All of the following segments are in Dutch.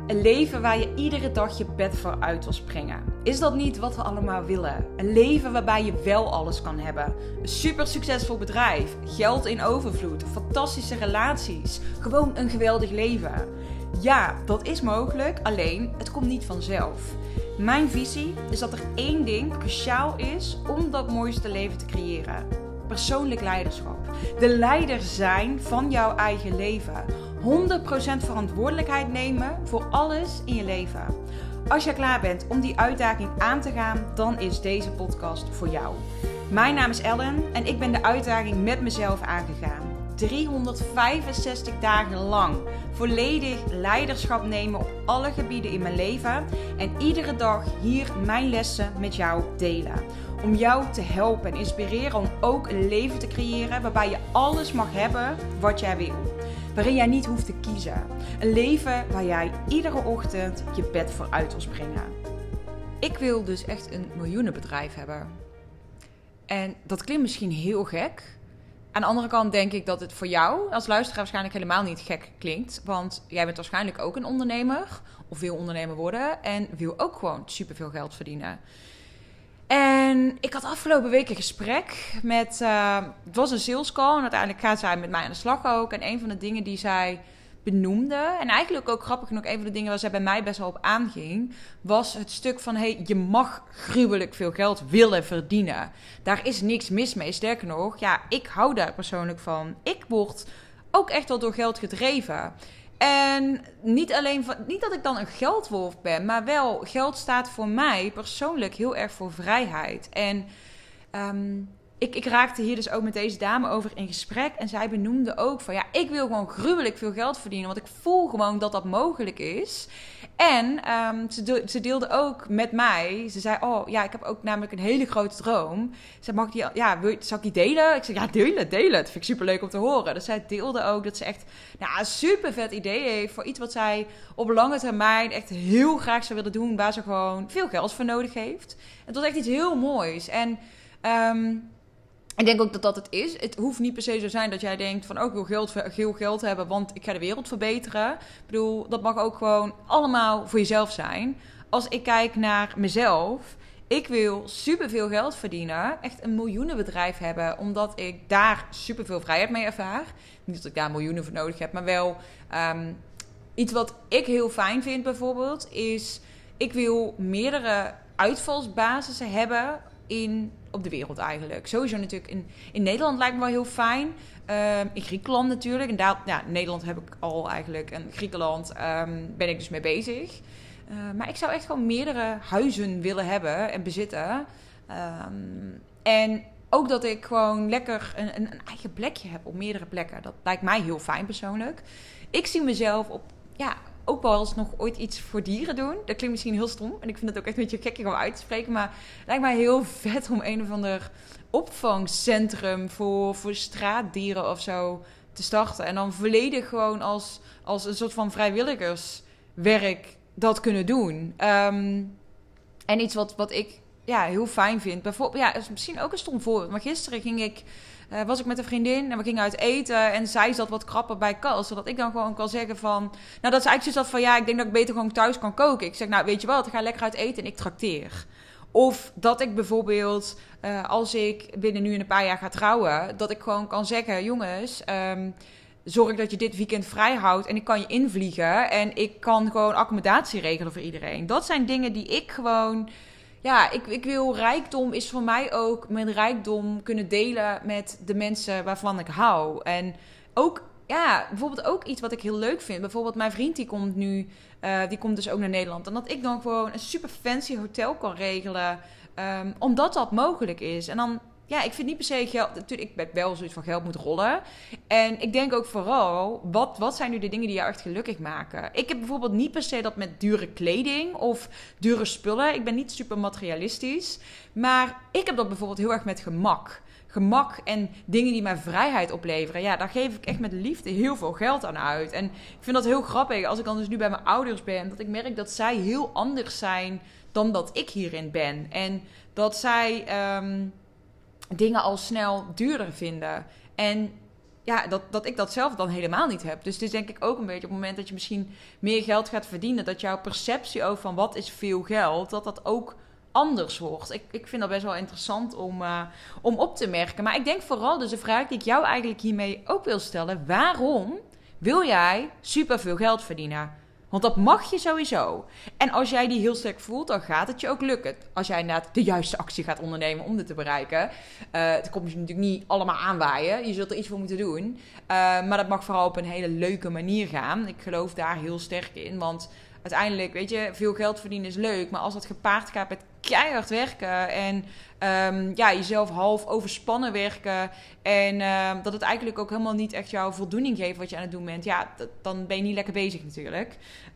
Een leven waar je iedere dag je bed voor uit wil springen. Is dat niet wat we allemaal willen? Een leven waarbij je wel alles kan hebben. Een super succesvol bedrijf, geld in overvloed, fantastische relaties. Gewoon een geweldig leven. Ja, dat is mogelijk, alleen het komt niet vanzelf. Mijn visie is dat er één ding cruciaal is om dat mooiste leven te creëren. Persoonlijk leiderschap. De leider zijn van jouw eigen leven. 100% verantwoordelijkheid nemen voor alles in je leven. Als je klaar bent om die uitdaging aan te gaan, dan is deze podcast voor jou. Mijn naam is Ellen en ik ben de uitdaging met mezelf aangegaan. 365 dagen lang volledig leiderschap nemen op alle gebieden in mijn leven. En iedere dag hier mijn lessen met jou delen. Om jou te helpen en inspireren om ook een leven te creëren waarbij je alles mag hebben wat jij wil. Waarin jij niet hoeft te kiezen. Een leven waar jij iedere ochtend je bed voor uit wil springen. Ik wil dus echt een miljoenenbedrijf hebben. En dat klinkt misschien heel gek. Aan de andere kant denk ik dat het voor jou als luisteraar waarschijnlijk helemaal niet gek klinkt. Want jij bent waarschijnlijk ook een ondernemer. Of wil ondernemer worden. En wil ook gewoon superveel geld verdienen. En ik had afgelopen week een gesprek met... het was een sales call en uiteindelijk gaat zij met mij aan de slag ook. En een van de dingen die zij benoemde... en eigenlijk ook grappig genoeg een van de dingen waar zij bij mij best wel op aanging... was het stuk van, hey, je mag gruwelijk veel geld willen verdienen. Daar is niks mis mee. Sterker nog, ja, ik hou daar persoonlijk van. Ik word ook echt wel door geld gedreven. En niet dat ik dan een geldwolf ben, maar wel geld staat voor mij persoonlijk heel erg voor vrijheid. En ik raakte hier dus ook met deze dame over in gesprek. En zij benoemde ook van ja, ik wil gewoon gruwelijk veel geld verdienen. Want ik voel gewoon dat dat mogelijk is. En ze deelde ook met mij. Ze zei, oh ja, ik heb ook namelijk een hele grote droom. Ze mag die, ja, zal ik die delen? Ik zei, ja, delen. Dat vind ik superleuk om te horen. Dus zij deelde ook dat ze echt een super vet idee heeft voor iets wat zij op lange termijn echt heel graag zou willen doen. Waar ze gewoon veel geld voor nodig heeft. Het was echt iets heel moois. En ik denk ook dat dat het is. Het hoeft niet per se zo te zijn dat jij denkt van... oh, ik wil veel geld hebben, want ik ga de wereld verbeteren. Ik bedoel, dat mag ook gewoon allemaal voor jezelf zijn. Als ik kijk naar mezelf... ik wil superveel geld verdienen. Echt een miljoenenbedrijf hebben. Omdat ik daar superveel vrijheid mee ervaar. Niet dat ik daar miljoenen voor nodig heb, maar wel... iets wat ik heel fijn vind bijvoorbeeld... is ik wil meerdere uitvalsbasissen hebben... op de wereld eigenlijk. Sowieso natuurlijk in Nederland lijkt me wel heel fijn. In Griekenland natuurlijk. In Nederland heb ik al eigenlijk. En Griekenland ben ik dus mee bezig. Maar ik zou echt gewoon meerdere huizen willen hebben en bezitten. En ook dat ik gewoon lekker een eigen plekje heb op meerdere plekken. Dat lijkt mij heel fijn persoonlijk. Ik zie mezelf ook wel eens nog ooit iets voor dieren doen. Dat klinkt misschien heel stom. En ik vind het ook echt een beetje gekkig om uit te spreken. Maar het lijkt mij heel vet om een of ander opvangcentrum voor straatdieren of zo te starten. En dan volledig gewoon als een soort van vrijwilligerswerk dat kunnen doen. En iets wat ik heel fijn vind. Bijvoorbeeld, is misschien ook een stom voorbeeld. Maar gisteren was ik met een vriendin en we gingen uit eten. En zij zat wat krapper bij kas. Zodat ik dan gewoon kan zeggen van... Nou, dat ze eigenlijk zat van... Ja, ik denk dat ik beter gewoon thuis kan koken. Ik zeg, nou, weet je wat? Ik ga lekker uit eten en ik trakteer. Of dat ik bijvoorbeeld... als ik binnen nu in een paar jaar ga trouwen... Dat ik gewoon kan zeggen... Jongens... zorg dat je dit weekend vrij houdt en ik kan je invliegen. En ik kan gewoon accommodatie regelen voor iedereen. Dat zijn dingen die ik gewoon... Ja, ik wil rijkdom is voor mij ook mijn rijkdom kunnen delen met de mensen waarvan ik hou. En ook, bijvoorbeeld ook iets wat ik heel leuk vind. Bijvoorbeeld mijn vriend die komt dus ook naar Nederland. En dat ik dan gewoon een super fancy hotel kan regelen. Omdat dat mogelijk is. En dan, ik vind niet per se geld... Natuurlijk, ik ben wel zoiets van geld moet rollen. En ik denk ook vooral, wat zijn nu de dingen die jou echt gelukkig maken? Ik heb bijvoorbeeld niet per se dat met dure kleding of dure spullen. Ik ben niet super materialistisch. Maar ik heb dat bijvoorbeeld heel erg met gemak. Gemak en dingen die mij vrijheid opleveren. Ja, daar geef ik echt met liefde heel veel geld aan uit. En ik vind dat heel grappig als ik dan dus nu bij mijn ouders ben. Dat ik merk dat zij heel anders zijn dan dat ik hierin ben. En dat zij... dingen al snel duurder vinden. En dat ik dat zelf dan helemaal niet heb. Dus het is denk ik ook een beetje op het moment dat je misschien meer geld gaat verdienen, dat jouw perceptie ook van wat is veel geld, dat ook anders wordt. Ik vind dat best wel interessant om op te merken. Maar ik denk vooral, dus de vraag die ik jou eigenlijk hiermee ook wil stellen, waarom wil jij superveel geld verdienen? Want dat mag je sowieso. En als jij die heel sterk voelt, dan gaat het je ook lukken. Als jij inderdaad de juiste actie gaat ondernemen om dit te bereiken. Het komt je natuurlijk niet allemaal aanwaaien. Je zult er iets voor moeten doen. Maar dat mag vooral op een hele leuke manier gaan. Ik geloof daar heel sterk in. Want uiteindelijk, weet je, veel geld verdienen is leuk. Maar als dat gepaard gaat met keihard werken en jezelf half overspannen werken en dat het eigenlijk ook helemaal niet echt jouw voldoening geeft wat je aan het doen bent, dan ben je niet lekker bezig natuurlijk.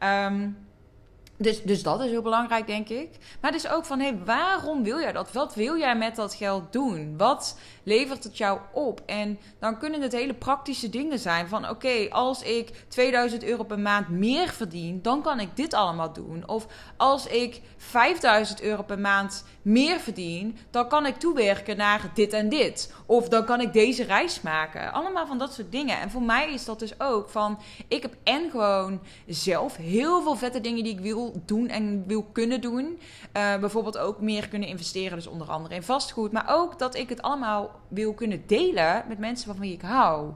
Dus dat is heel belangrijk, denk ik. Maar het is ook van, waarom wil jij dat? Wat wil jij met dat geld doen? Wat levert het jou op? En dan kunnen het hele praktische dingen zijn van, oké, als ik 2000 euro per maand meer verdien, dan kan ik dit allemaal doen. Of als ik 5000 euro per maand meer verdien, dan kan ik toewerken naar dit en dit. Of dan kan ik deze reis maken. Allemaal van dat soort dingen. En voor mij is dat dus ook van, ik heb gewoon zelf heel veel vette dingen die ik wil doen en wil kunnen doen. Bijvoorbeeld ook meer kunnen investeren, dus onder andere in vastgoed. Maar ook dat ik het allemaal wil kunnen delen met mensen waarvan ik hou.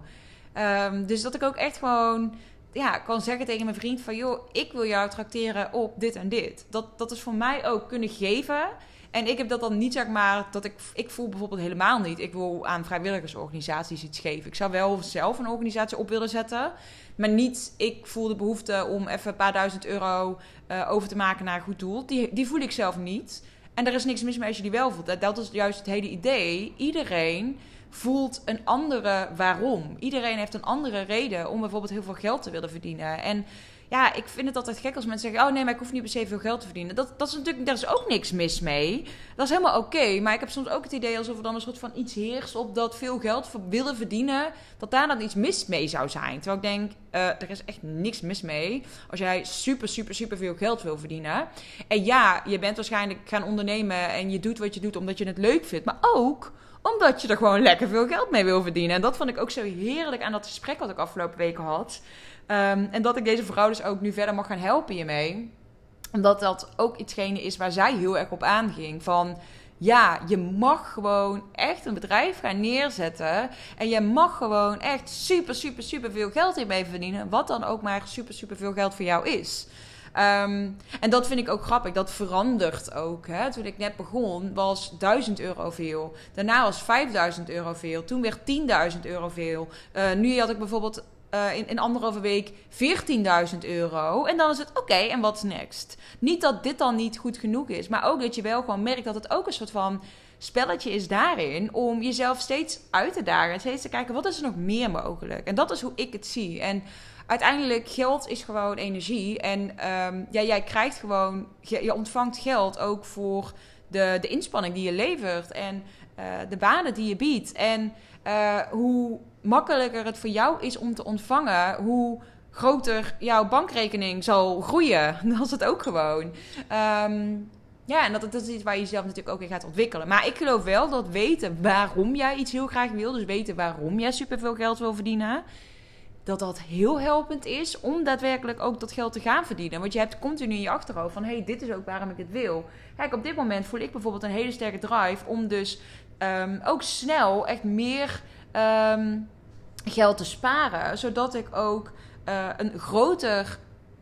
Dus dat ik ook echt gewoon kan zeggen tegen mijn vriend van, joh, ik wil jou trakteren op dit en dit. Dat is voor mij ook kunnen geven. En ik heb dat dan niet, zeg maar, dat ik voel bijvoorbeeld helemaal niet, ik wil aan vrijwilligersorganisaties iets geven. Ik zou wel zelf een organisatie op willen zetten, maar niet, ik voel de behoefte om even een paar duizend euro over te maken naar een goed doel. Die voel ik zelf niet. En er is niks mis mee als je die wel voelt. Dat is juist het hele idee. Iedereen voelt een andere waarom. Iedereen heeft een andere reden om bijvoorbeeld heel veel geld te willen verdienen. En ik vind het altijd gek als mensen zeggen, oh nee, maar ik hoef niet per se veel geld te verdienen. Dat is natuurlijk, daar is ook niks mis mee. Dat is helemaal oké. Maar ik heb soms ook het idee alsof er dan een soort van iets heerst op dat veel geld willen verdienen, dat daar dan iets mis mee zou zijn. Terwijl ik denk, er is echt niks mis mee als jij super, super, super veel geld wil verdienen. En je bent waarschijnlijk gaan ondernemen en je doet wat je doet omdat je het leuk vindt. Maar ook omdat je er gewoon lekker veel geld mee wil verdienen. En dat vond ik ook zo heerlijk aan dat gesprek wat ik afgelopen weken had. En dat ik deze vrouw dus ook nu verder mag gaan helpen hiermee. Omdat dat ook ietsgene is waar zij heel erg op aanging. Van, je mag gewoon echt een bedrijf gaan neerzetten. En je mag gewoon echt super, super, super veel geld hiermee verdienen. Wat dan ook maar super, super veel geld voor jou is. En dat vind ik ook grappig. Dat verandert ook. Hè? Toen ik net begon was 1000 euro veel. Daarna was 5000 euro veel. Toen werd 10.000 euro veel. Nu had ik bijvoorbeeld in anderhalve week 14.000 euro. En dan is het oké, en what's next? Niet dat dit dan niet goed genoeg is. Maar ook dat je wel gewoon merkt dat het ook een soort van spelletje is daarin. Om jezelf steeds uit te dagen. En steeds te kijken, wat is er nog meer mogelijk? En dat is hoe ik het zie. En uiteindelijk, geld is gewoon energie. En jij krijgt gewoon, je ontvangt geld ook voor de inspanning die je levert. En de banen die je biedt. En hoe makkelijker het voor jou is om te ontvangen, hoe groter jouw bankrekening zal groeien. Dat is het ook gewoon. En dat is iets waar je jezelf natuurlijk ook in gaat ontwikkelen. Maar ik geloof wel dat weten waarom jij iets heel graag wil, dus weten waarom jij superveel geld wil verdienen, dat heel helpend is om daadwerkelijk ook dat geld te gaan verdienen. Want je hebt continu in je achterhoofd van, dit is ook waarom ik het wil. Kijk, op dit moment voel ik bijvoorbeeld een hele sterke drive om dus ook snel echt meer geld te sparen. Zodat ik ook een groter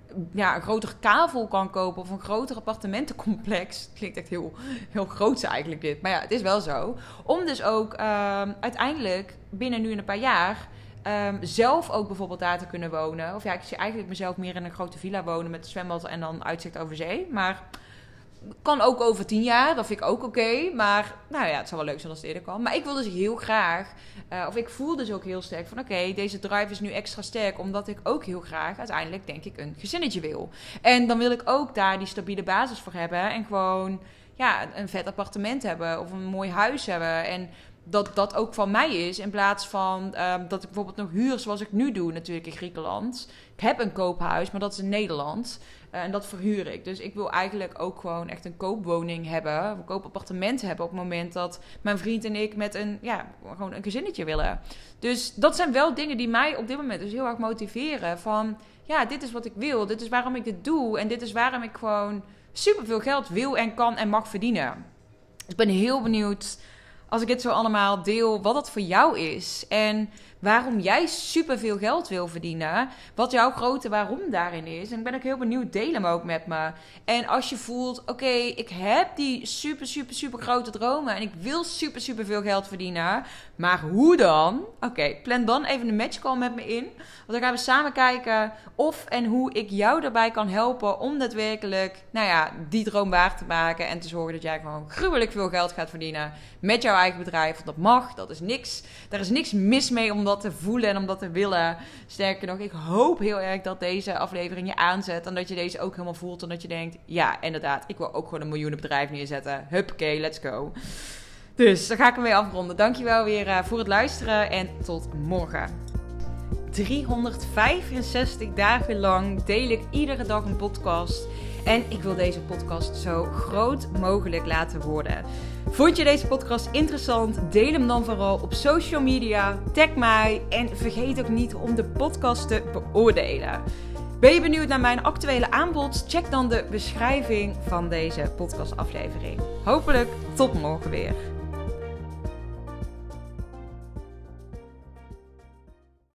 kavel kan kopen of een groter appartementencomplex. Klinkt echt heel, heel groots eigenlijk dit. Maar het is wel zo. Om dus ook uiteindelijk binnen nu en een paar jaar zelf ook bijvoorbeeld daar te kunnen wonen. Of ik zie eigenlijk mezelf meer in een grote villa wonen met een zwembad en dan uitzicht over zee. Maar kan ook over 10 jaar, dat vind ik ook oké. Maar het zou wel leuk zijn als het eerder kan. Maar ik wil dus heel graag, of ik voel dus ook heel sterk van deze drive is nu extra sterk. Omdat ik ook heel graag uiteindelijk, denk ik, een gezinnetje wil. En dan wil ik ook daar die stabiele basis voor hebben. En gewoon een vet appartement hebben of een mooi huis hebben. En dat ook van mij is. In plaats van dat ik bijvoorbeeld nog huur zoals ik nu doe natuurlijk in Griekenland. Ik heb een koophuis, maar dat is in Nederland. En dat verhuur ik. Dus ik wil eigenlijk ook gewoon echt een koopwoning hebben. Een koopappartement hebben op het moment dat mijn vriend en ik met gewoon een gezinnetje willen. Dus dat zijn wel dingen die mij op dit moment dus heel erg motiveren. Van ja, dit is wat ik wil. Dit is waarom ik dit doe. En dit is waarom ik gewoon superveel geld wil en kan en mag verdienen. Ik ben heel benieuwd, als ik dit zo allemaal deel, wat dat voor jou is. En waarom jij superveel geld wil verdienen. Wat jouw grote waarom daarin is. En ik ben ook heel benieuwd, deel hem ook met me. En als je voelt, oké, ik heb die super grote dromen. En ik wil super veel geld verdienen. Maar hoe dan? Oké, plan dan even een matchcall met me in. Want dan gaan we samen kijken of en hoe ik jou daarbij kan helpen. Om daadwerkelijk, die droom waar te maken. En te zorgen dat jij gewoon gruwelijk veel geld gaat verdienen. Met jouw eigen bedrijf. Want dat mag, dat is niks. Daar is niks mis mee om dat te voelen en om dat te willen. Sterker nog, ik hoop heel erg dat deze aflevering je aanzet. En dat je deze ook helemaal voelt. En dat je denkt, ja, inderdaad, ik wil ook gewoon een miljoenenbedrijf neerzetten. Huppakee, let's go. Dus daar ga ik hem mee afronden. Dankjewel weer voor het luisteren en tot morgen. 365 dagen lang deel ik iedere dag een podcast. En ik wil deze podcast zo groot mogelijk laten worden. Vond je deze podcast interessant? Deel hem dan vooral op social media. Tag mij en vergeet ook niet om de podcast te beoordelen. Ben je benieuwd naar mijn actuele aanbod? Check dan de beschrijving van deze podcastaflevering. Hopelijk tot morgen weer.